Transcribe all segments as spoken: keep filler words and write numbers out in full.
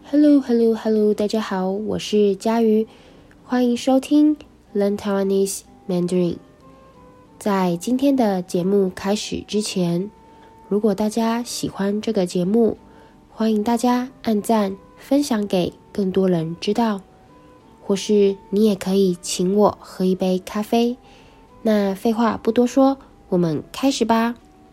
Hello, Hello, Hello， 大家好，我是佳瑜，欢迎收听 Learn Taiwanese Mandarin。在今天的节目开始之前，如果大家喜欢这个节目，欢迎大家按赞、分享给更多人知道，或是你也可以请我喝一杯咖啡。那废话不多说，我们开始吧。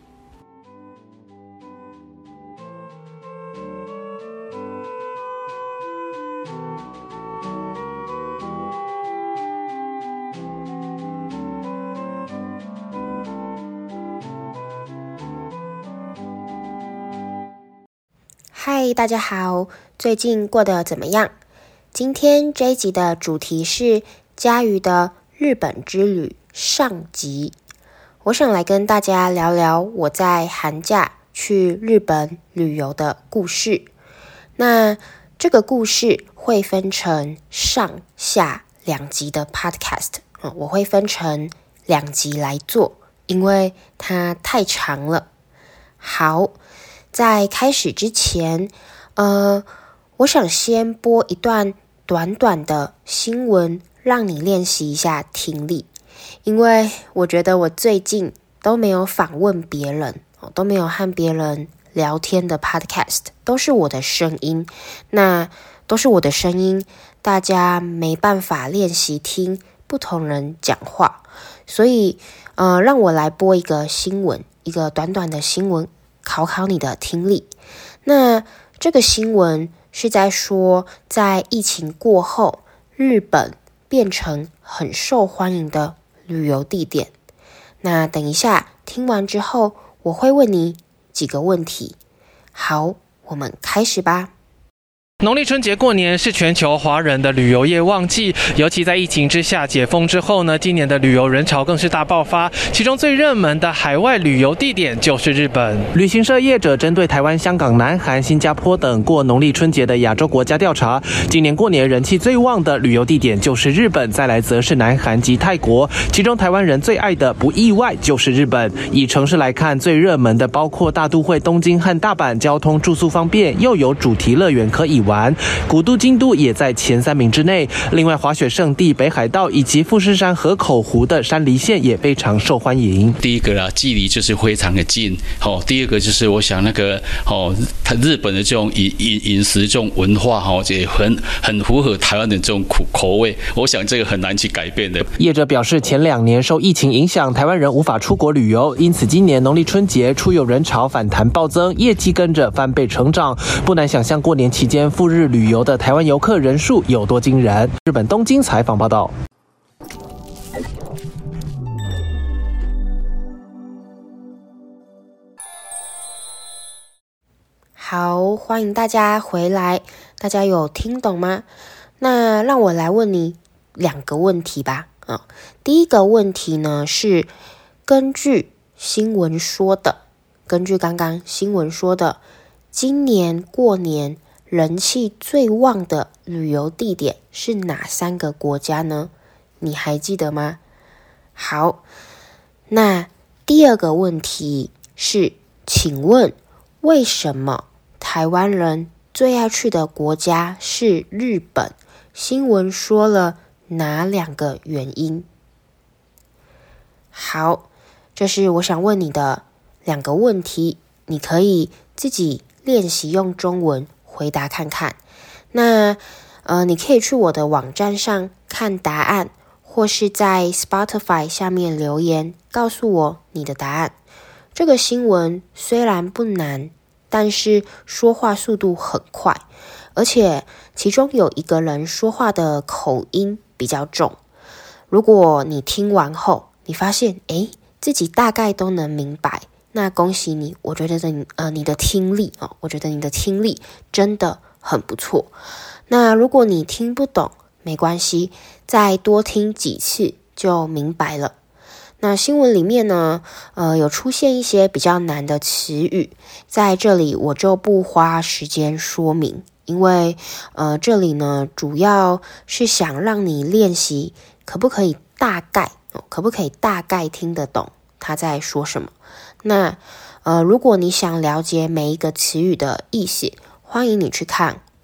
嗨，大家好，最近过得怎么样？今天这一集的主题是佳瑜的日本之旅上集。我想来跟大家聊聊我在寒假去日本旅游的故事。那这个故事会分成上下两集的 podcast，嗯，我会分成两集来做，因为它太长了。好，在开始之前，呃，我想先播一段短短的新闻，让你练习一下听力。因为我觉得我最近都没有访问别人，都没有和别人聊天的 podcast， 都是我的声音。那都是我的声音，大家没办法练习听不同人讲话，所以呃，让我来播一个新闻，一个短短的新闻，考考你的听力。那这个新闻是在说，在疫情过后，日本变成很受欢迎的旅游地点。那等一下听完之后，我会问你几个问题。好，我们开始吧。 农历春节过年是全球华人的旅游业旺季，尤其在疫情之下解封之后呢，今年的旅游人潮更是大爆发。其中最热门的海外旅游地点就是日本。旅行社业者针对台湾、香港、南韩、新加坡等过农历春节的亚洲国家调查，今年过年人气最旺的旅游地点就是日本，再来则是南韩及泰国。其中台湾人最爱的不意外就是日本。以城市来看，最热门的包括大都会东京和大阪，交通住宿方便，又有主题乐园可以玩，古都京都也在前三名之内。另外，滑雪圣地北海道以及富士山河口湖的山梨县也非常受欢迎。 第一个啦，距离就是非常的近。好、哦，第二个就是我想那个哦，它日本的这种饮饮饮食这种文化哈、哦，也很很符合台湾的这种口口味。我想这个很难去改变的。 业者表示，前两年受疫情影响，台湾人无法出国旅游，因此今年农历春节出游人潮反弹暴增，业绩跟着翻倍成长。不难想象，过年期间赴日旅游的台湾游客人数有多惊人。日本东京采访报道。 好，欢迎大家回来，大家有听懂吗？那让我来问你两个问题吧。啊，第一个问题呢是根据新闻说的，根据刚刚新闻说的，今年过年人气最旺的旅游地点是哪三个国家呢？你还记得吗？好，那第二个问题是，请问为什么台湾人最爱去的国家是日本？新闻说了哪两个原因？好，这是我想问你的两个问题，你可以自己练习用中文回答看看。那呃，你可以去我的网站上看答案，或是在 Spotify 下面留言告诉我你的答案。这个新闻虽然不难，但是说话速度很快，而且其中有一个人说话的口音比较重。如果你听完后，你发现诶自己大概都能明白，那恭喜你，我觉得你呃你的听力哦，我觉得你的听力真的很不错。那如果你听不懂，没关系，再多听几次就明白了。那新闻里面呢，呃，有出现一些比较难的词语，在这里我就不花时间说明，因为呃，这里呢主要是想让你练习，可不可以大概，可不可以大概听得懂他在说什么。那呃，如果你想了解每一个词语的意思，欢迎你去看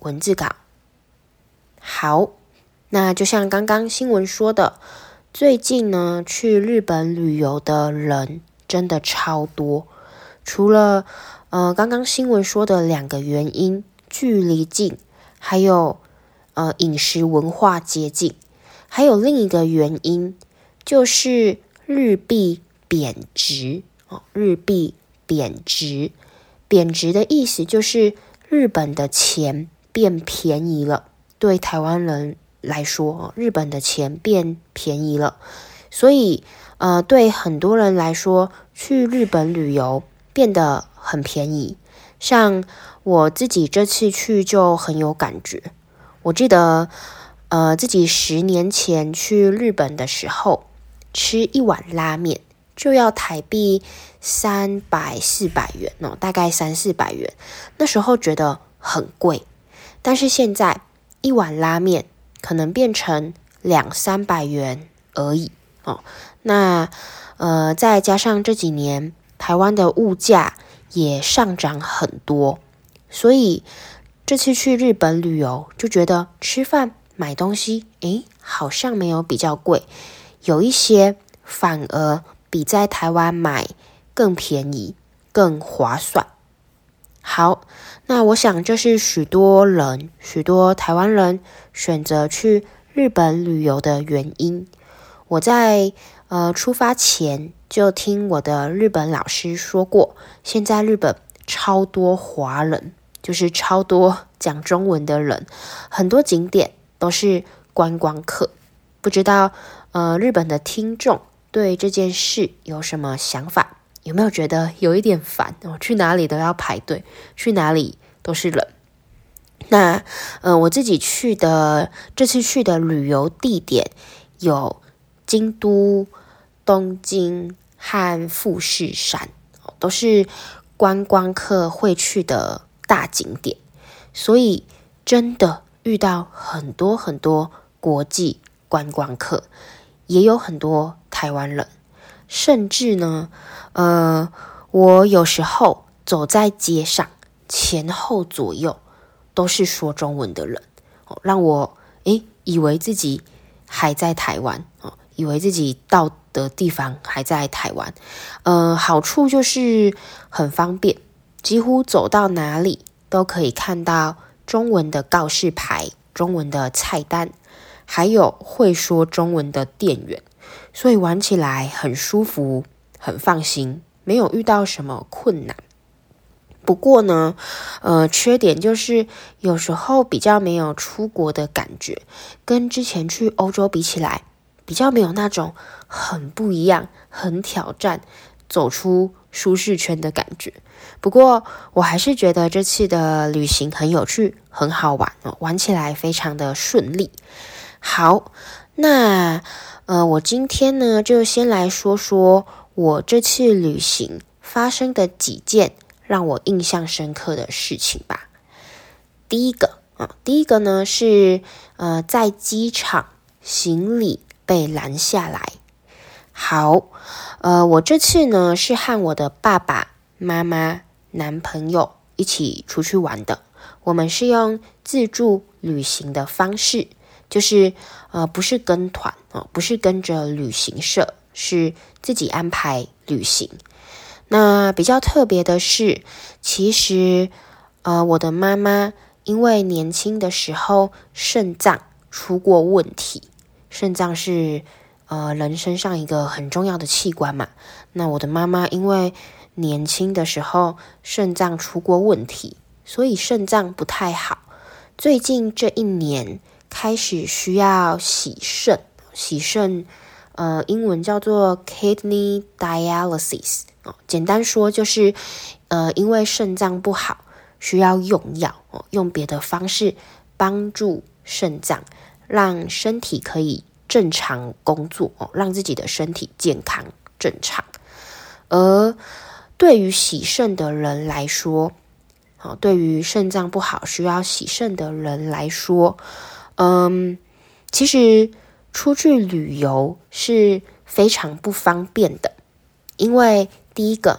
文字稿。好，那就像刚刚新闻说的，最近呢，去日本旅游的人真的超多。除了呃刚刚新闻说的两个原因，距离近，还有呃饮食文化接近，还有另一个原因就是日币贬值哦，日币贬值，贬值的意思就是日本的钱变便宜了。对台湾人来说，日本的钱变便宜了，所以呃，对很多人来说，去日本旅游变得很便宜。像我自己这次去就很有感觉。我记得呃，自己十年前去日本的时候，吃一碗拉面就要台币三百四百元哦，大概三四百元。那时候觉得很贵，但是现在一碗拉面可能变成两三百元而已哦。那呃，再加上这几年台湾的物价也上涨很多，所以这次去日本旅游就觉得吃饭买东西，诶，好像没有比较贵，有一些反而比在台湾买更便宜、更划算。好，那我想这是许多人、许多台湾人选择去日本旅游的原因。我在呃出发前就听我的日本老师说过，现在日本超多华人，就是超多讲中文的人，很多景点都是观光客。不知道呃日本的听众对这件事有什么想法？有没有觉得有一点烦哦？去哪里都要排队，去哪里都是人。那呃，我自己去的这次去的旅游地点有京都、东京和富士山，都是观光客会去的大景点，所以真的遇到很多很多国际观光客，也有很多台湾人。甚至呢，呃，我有时候走在街上，前后左右都是说中文的人，哦、让我诶以为自己还在台湾，哦、以为自己到的地方还在台湾。呃，好处就是很方便，几乎走到哪里都可以看到中文的告示牌、中文的菜单，还有会说中文的店员。所以玩起来很舒服，很放心，没有遇到什么困难。不过呢，呃，缺点就是有时候比较没有出国的感觉，跟之前去欧洲比起来，比较没有那种很不一样、很挑战、走出舒适圈的感觉。不过我还是觉得这次的旅行很有趣，很好玩哦，玩起来非常的顺利。好，那呃，我今天呢，就先来说说我这次旅行发生的几件让我印象深刻的事情吧。第一个啊，第一个呢是呃，在机场行李被拦下来。好，呃，我这次呢是和我的爸爸妈妈、男朋友一起出去玩的。我们是用自助旅行的方式。就是呃，不是跟团哦，不是跟着旅行社，是自己安排旅行。那比较特别的是，其实呃，我的妈妈因为年轻的时候肾脏出过问题，肾脏是呃人身上一个很重要的器官嘛。那我的妈妈因为年轻的时候肾脏出过问题，所以肾脏不太好。最近这一年开始需要洗肾，洗肾，呃，英文叫做 kidney dialysis，哦，简单说就是，呃，因为肾脏不好，需要用药，哦，用别的方式帮助肾脏，让身体可以正常工作，哦，让自己的身体健康正常。而对于洗肾的人来说，哦，对于肾脏不好需要洗肾的人来说，嗯，其实出去旅游是非常不方便的，因为第一个，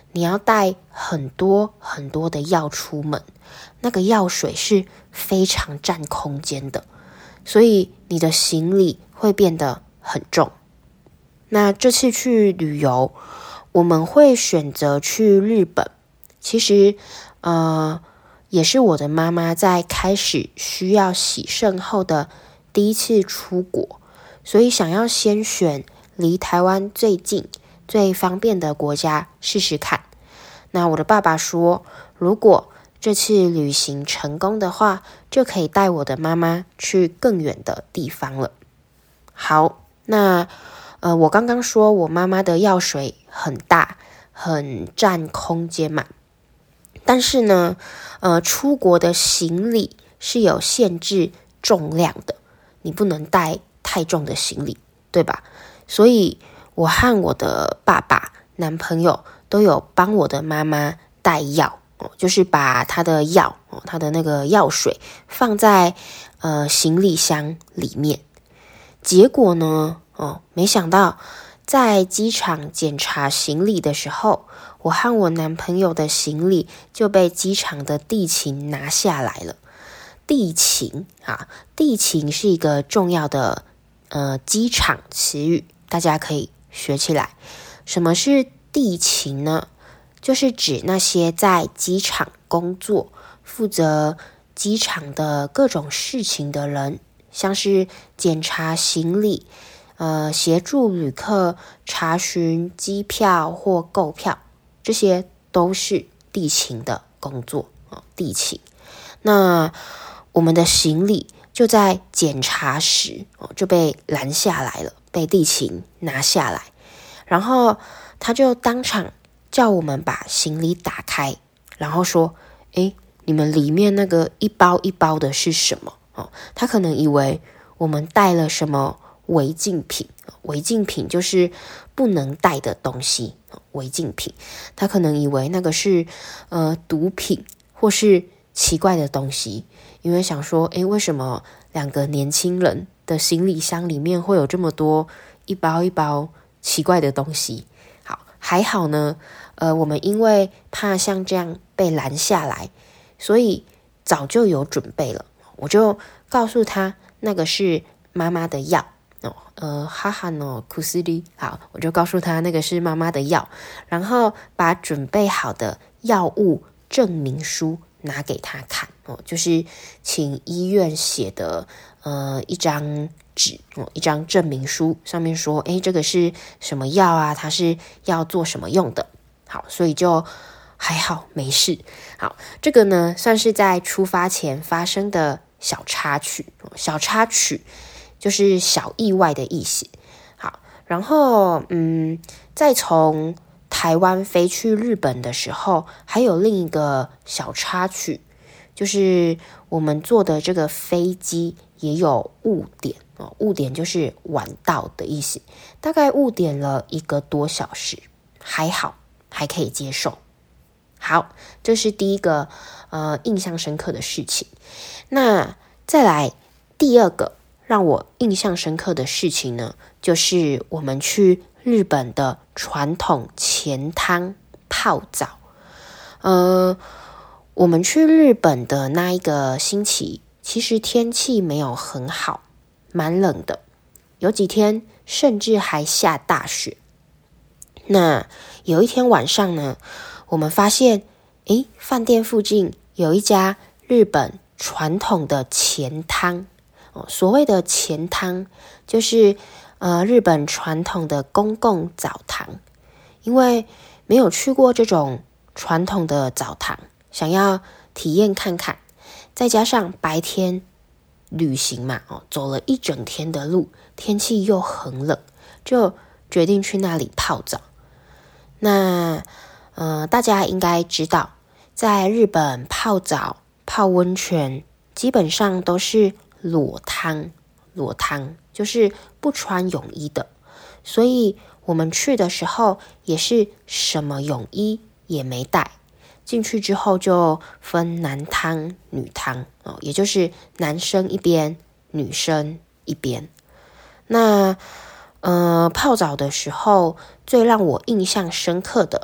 你要带很多很多的药出门，那个药水是非常占空间的，所以你的行李会变得很重。那这次去旅游，我们会选择去日本，其实呃，也是我的妈妈在开始需要洗肾后的第一次出国，所以想要先选离台湾最近最方便的国家试试看。那我的爸爸说，如果这次旅行成功的话，就可以带我的妈妈去更远的地方了。好，那呃，我刚刚说我妈妈的药水很大，很占空间嘛。但是呢，呃，出国的行李是有限制重量的，你不能带太重的行李，对吧？所以我和我的爸爸、男朋友都有帮我的妈妈带药，就是把她的药，她的那个药水放在呃行李箱里面。结果呢，哦，没想到在机场检查行李的时候，我和我男朋友的行李就被机场的地勤拿下来了。地勤啊，地勤是一个重要的呃机场词语，大家可以学起来。什么是地勤呢？就是指那些在机场工作、负责机场的各种事情的人，像是检查行李、呃，协助旅客查询机票或购票，这些都是地勤的工作啊。地勤，那我们的行李就在检查时就被拦下来了，被地勤拿下来，然后他就当场叫我们把行李打开，然后说：“诶，你们里面那个一包一包的是什么？”哦，他可能以为我们带了什么违禁品，违禁品就是不能带的东西，违禁品。他可能以为那个是呃毒品或是奇怪的东西，因为想说，诶，为什么两个年轻人的行李箱里面会有这么多一包一包奇怪的东西？好，还好呢，呃，我们因为怕像这样被拦下来，所以早就有准备了。我就告诉他那个是妈妈的药哦，呃，哈哈诺库斯里，好，我就告诉他那个是妈妈的药，然后把准备好的药物证明书拿给他看哦，就是请医院写的呃一张纸哦，一张证明书，上面说，诶，这个是什么药啊？它是要做什么用的？好，所以就还好没事。好，这个呢算是在出发前发生的小插曲，小插曲就是小意外的意思。好，然后嗯，再从台湾飞去日本的时候，还有另一个小插曲，就是我们坐的这个飞机也有误点哦，误点就是晚到的意思，大概误点了一个多小时，还好，还可以接受。好，这是第一个呃印象深刻的事情。那再来第二个让我印象深刻的事情呢，就是我们去日本的传统钱汤泡澡。呃，我们去日本的那一个星期，其实天气没有很好，蛮冷的，有几天甚至还下大雪。那有一天晚上呢，我们发现，诶，饭店附近有一家日本传统的钱汤。哦，所谓的钱汤就是呃日本传统的公共澡堂。因为没有去过这种传统的澡堂，想要体验看看，再加上白天旅行嘛，哦，走了一整天的路，天气又很冷，就决定去那里泡澡。那呃，大家应该知道，在日本泡澡、泡温泉，基本上都是裸汤，裸汤就是不穿泳衣的。所以我们去的时候也是什么泳衣也没带，进去之后就分男汤、女汤哦，也就是男生一边，女生一边。那呃，泡澡的时候最让我印象深刻的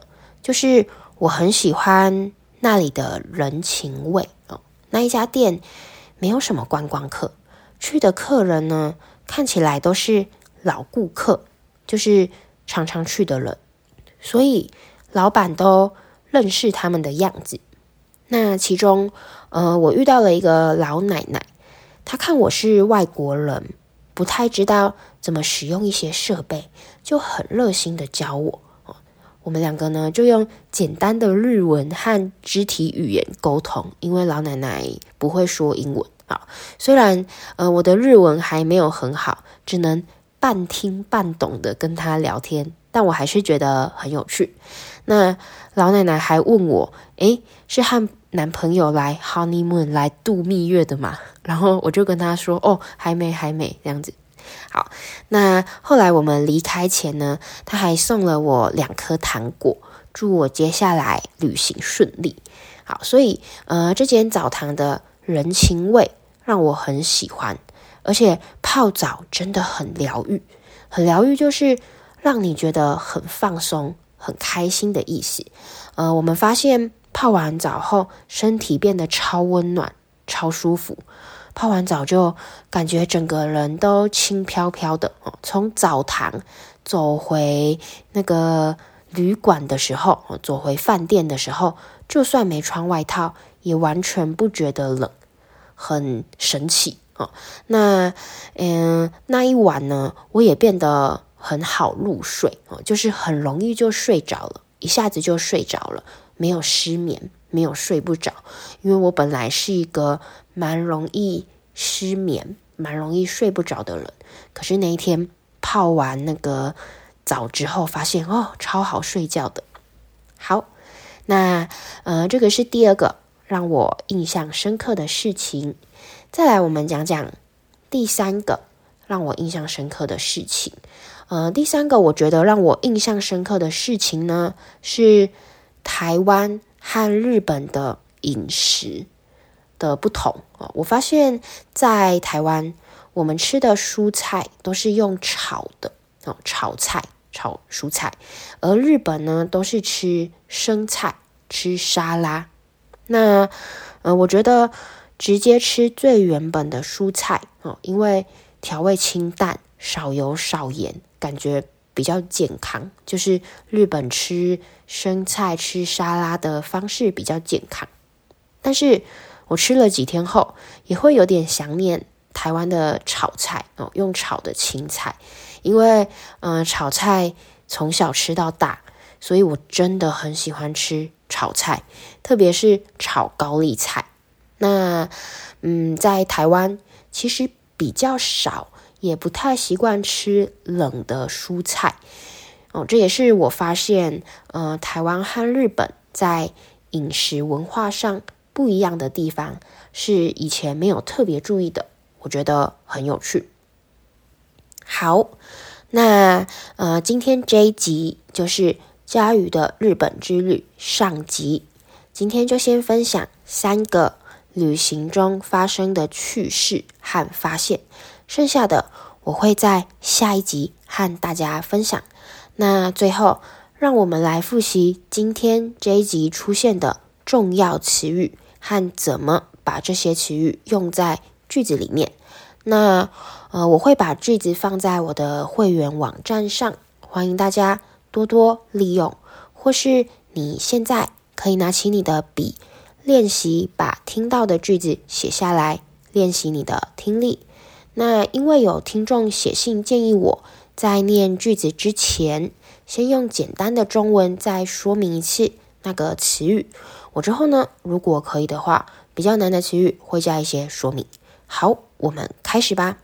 就是我很喜欢那里的人情味哦。那一家店没有什么观光客，去的客人呢，看起来都是老顾客，就是常常去的人，所以老板都认识他们的样子。那其中，呃，我遇到了一个老奶奶，她看我是外国人，不太知道怎么使用一些设备，就很热心的教我。我们两个呢，就用简单的日文和肢体语言沟通，因为老奶奶不会说英文啊。虽然呃我的日文还没有很好，只能半听半懂的跟她聊天，但我还是觉得很有趣。那老奶奶还问我，诶，是和男朋友来 honeymoon 来度蜜月的吗？然后我就跟她说，哦，还没还没这样子。好，那后来我们离开前呢，他还送了我两颗糖果，祝我接下来旅行顺利。好，所以呃，这间澡堂的人情味让我很喜欢，而且泡澡真的很疗愈，很疗愈就是让你觉得很放松、很开心的意思。呃，我们发现泡完澡后，身体变得超温暖、超舒服。泡完澡就感觉整个人都轻飘飘的，从澡堂走回那个旅馆的时候，走回饭店的时候，就算没穿外套，也完全不觉得冷，很神奇哦。那嗯，那一晚呢，我也变得很好入睡哦，就是很容易就睡着了，一下子就睡着了，没有失眠。没有睡不着，因为我本来是一个蛮容易失眠、蛮容易睡不着的人，可是那一天泡完那个澡之后，发现哦，超好睡觉的。好，那呃，这个是第二个让我印象深刻的事情。再来，我们讲讲第三个让我印象深刻的事情。呃，第三个我觉得让我印象深刻的事情呢，是台湾和日本的饮食的不同。我发现在台湾，我们吃的蔬菜都是用炒的，炒菜、炒蔬菜，而日本呢都是吃生菜、吃沙拉。那呃，我觉得直接吃最原本的蔬菜，因为调味清淡、少油少盐，感觉比较健康，就是日本吃生菜吃沙拉的方式比较健康。但是我吃了几天后，也会有点想念台湾的炒菜哦，用炒的青菜，因为嗯、呃，炒菜从小吃到大，所以我真的很喜欢吃炒菜，特别是炒高丽菜。那嗯，在台湾其实比较少，也不太习惯吃冷的蔬菜哦，这也是我发现，呃，台湾和日本在饮食文化上不一样的地方，是以前没有特别注意的，我觉得很有趣。好，那呃，今天这一集就是家瑜的日本之旅上集，今天就先分享三个旅行中发生的趣事和发现，剩下的我会在下一集和大家分享。那最后，让我们来复习今天这一集出现的重要词语和怎么把这些词语用在句子里面。那呃，我会把句子放在我的会员网站上，欢迎大家多多利用，或是你现在可以拿起你的笔，练习把听到的句子写下来，练习你的听力。那因为有听众写信建议我在念句子之前，先用简单的中文再说明一次那个词语，我之后呢，如果可以的话，比较难的词语会加一些说明。好，我们开始吧。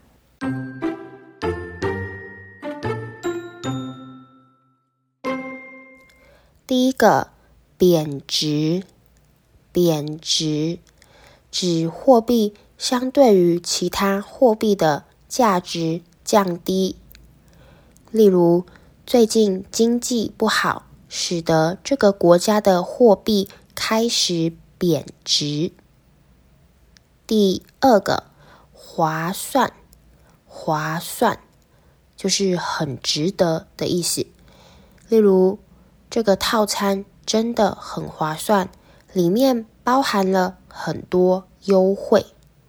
第一个，贬值。贬值指货币相对于其他货币的价值降低。例如，最近经济不好，使得这个国家的货币开始贬值。第二个，划算。划算就是很值得的意思。例如，这个套餐真的很划算，里面包含了很多优惠。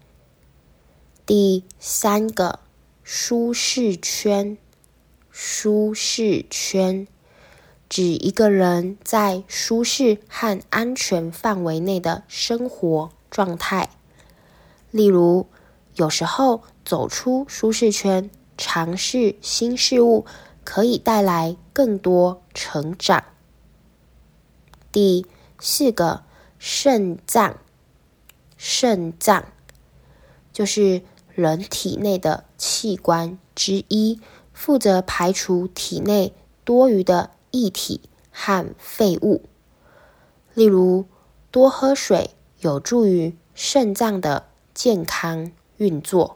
第三个，舒适圈。舒适圈指一个人在舒适和安全范围内的生活状态。例如，有时候走出舒适圈，尝试新事物，可以带来更多成长。第四个，肾脏。肾脏就是人体内的器官之一，负责排除体内多余的液体和废物。例如，多喝水有助于肾脏的健康运作。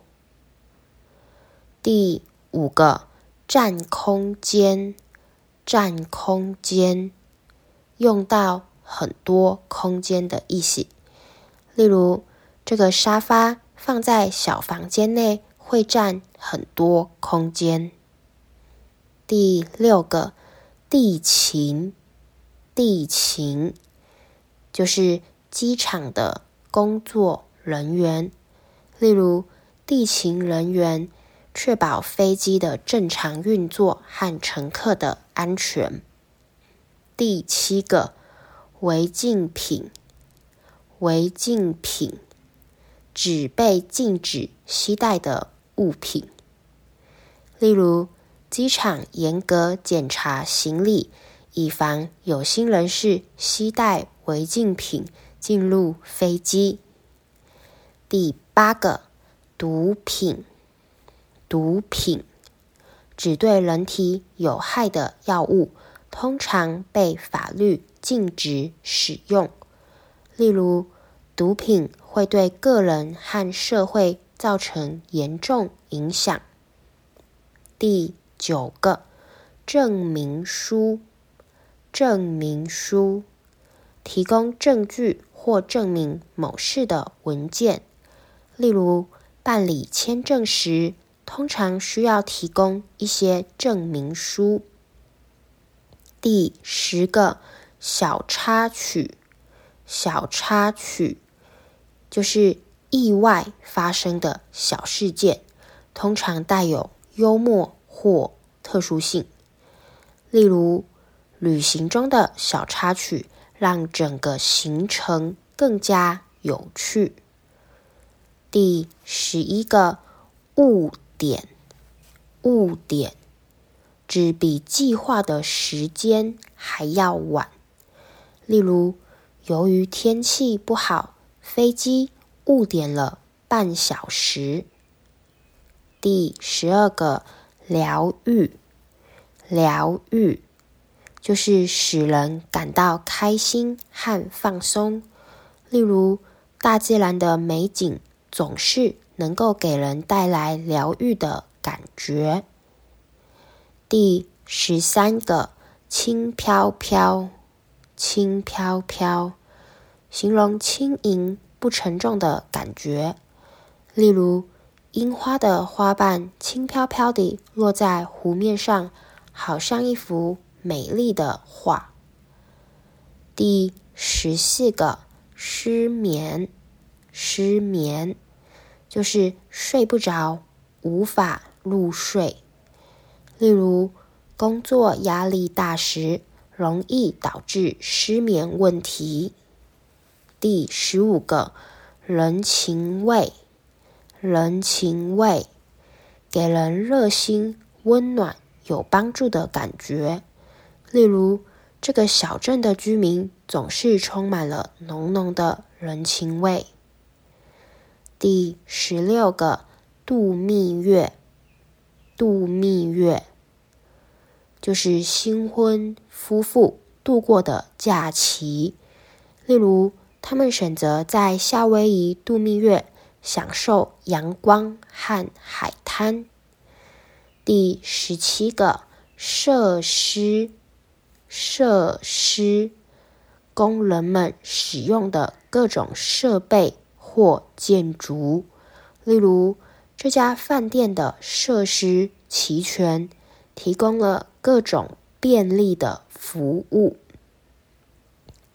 第五个，占空间。占空间用到很多空间的意思。例如，这个沙发放在小房间内会占很多空间。第六个，地勤。地勤就是机场的工作人员。例如，地勤人员确保飞机的正常运作和乘客的安全。第七个，违禁品。违禁品指被禁止携带的物品。例如，机场严格检查行李，以防有心人士携带违禁品进入飞机。第八个，毒品。毒品指对人体有害的药物，通常被法律禁止使用。例如，毒品会对个人和社会造成严重影响。第九个，证明书。证明书提供证据或证明某事的文件。例如，办理签证时，通常需要提供一些证明书。第十个，小插曲。小插曲就是意外发生的小事件，通常带有幽默或特殊性。例如，旅行中的小插曲让整个行程更加有趣。第十一个，误点。误点指比计划的时间还要晚。例如，由于天气不好，飞机误点了半小时。第十二个，疗愈。疗愈就是使人感到开心和放松。例如，大自然的美景总是能够给人带来疗愈的感觉。第十三个，轻飘飘。轻飘飘形容轻盈不沉重的感觉。例如，樱花的花瓣轻飘飘地落在湖面上，好像一幅美丽的画。第十四个，失眠。失眠就是睡不着，无法入睡。例如，工作压力大时，容易导致失眠问题。第十五个，人情味。人情味给人热心、温暖、有帮助的感觉。例如，这个小镇的居民总是充满了浓浓的人情味。第十六个，度蜜月。度蜜月就是新婚夫妇度过的假期。例如，他们选择在夏威夷度蜜月，享受阳光和海滩。第十七个，设施。设施工人们使用的各种设备或建筑。例如，这家饭店的设施齐全，提供了各种便利的服务。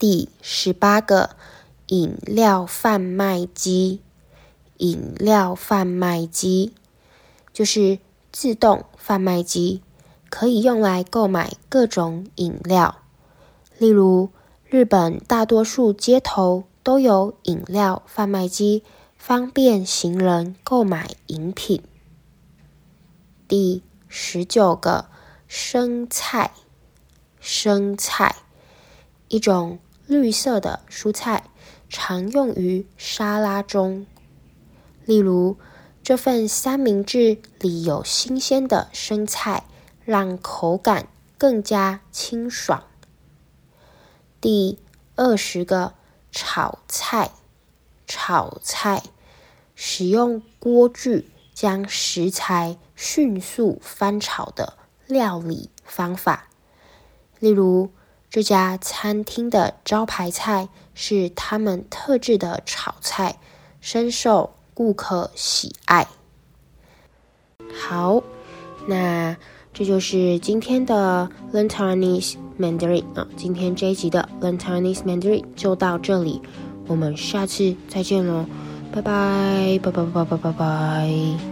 第十八个，饮料贩卖机。饮料贩卖机就是自动贩卖机，可以用来购买各种饮料。例如，日本大多数街头都有饮料贩卖机，方便行人购买饮品。第十九个，生菜。生菜，一种绿色的蔬菜，常用于沙拉中。例如，这份三明治里有新鲜的生菜，让口感更加清爽。第二十个，炒菜。炒菜，使用锅具将食材迅速翻炒的料理方法。例如，这家餐厅的招牌菜是他们特制的炒菜，深受顾客喜爱。好，那这就是今天的 Learn Taiwanese Mandarin 啊，今天这一集的 Learn Taiwanese Mandarin 就到这里，我们下次再见咯，拜拜，拜拜拜拜拜拜。